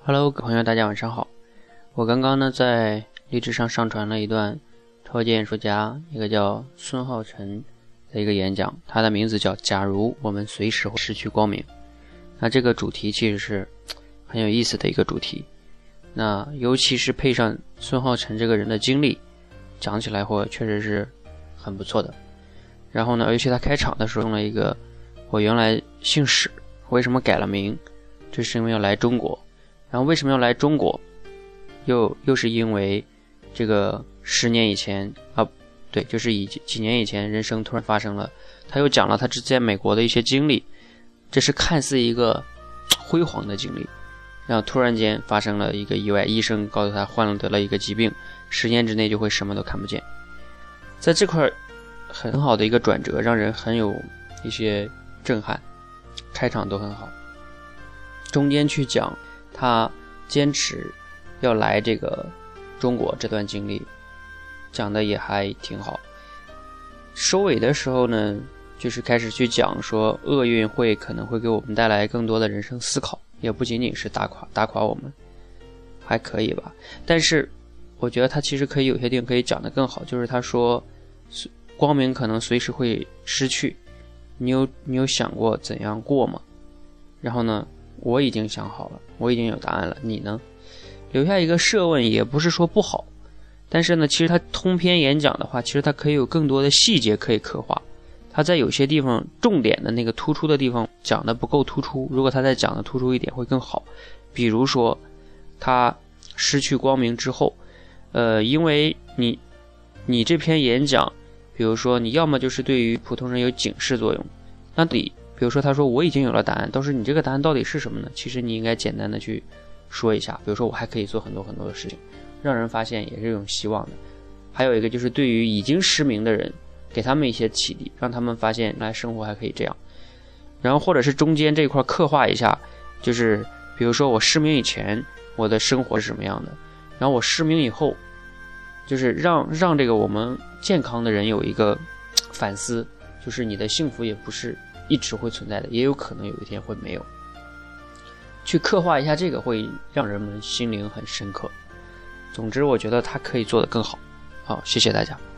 Hello， 各位朋友，大家晚上好。我刚刚呢在荔枝上上传了一段超级演说家一个叫孙浩辰的一个演讲，他的名字叫假如我们随时会失去光明。那这个主题其实是很有意思的一个主题，那尤其是配上孙浩辰这个人的经历，讲起来会确实是很不错的。然后呢，尤其他开场的时候用了一个我原来姓史，为什么改了名，这是因为要来中国。然后为什么要来中国，又是因为这个10年以前对，就是几年以前人生突然发生了，他又讲了他之前美国的一些经历，这是看似一个辉煌的经历，然后突然间发生了一个意外，医生告诉他得了一个疾病，10年之内就会什么都看不见。在这块很好的一个转折，让人很有一些震撼，开场都很好，中间去讲他坚持要来这个中国这段经历，讲的也还挺好。收尾的时候呢，就是开始去讲说厄运可能会给我们带来更多的人生思考，也不仅仅是打垮我们，还可以吧。但是我觉得他其实可以有些地方可以讲得更好，就是他说光明可能随时会失去，你有想过怎样过吗？然后呢，我已经想好了，我已经有答案了，你呢？留下一个设问也不是说不好，但是呢，其实他通篇演讲的话，其实他可以有更多的细节可以刻画，他在有些地方重点的那个突出的地方讲的不够突出，如果他再讲的突出一点会更好。比如说他失去光明之后，因为你这篇演讲，比如说你要么就是对于普通人有警示作用，那比如说他说我已经有了答案，但是你这个答案到底是什么呢？其实你应该简单的去说一下，比如说我还可以做很多很多的事情，让人发现也是一种希望的。还有一个就是对于已经失明的人，给他们一些启迪，让他们发现来生活还可以这样。然后或者是中间这一块刻画一下，就是比如说我失明以前我的生活是什么样的，然后我失明以后，就是让这个我们健康的人有一个反思，就是你的幸福也不是一直会存在的，也有可能有一天会没有。去刻画一下这个会让人们心灵很深刻。总之我觉得他可以做得更好。好，谢谢大家。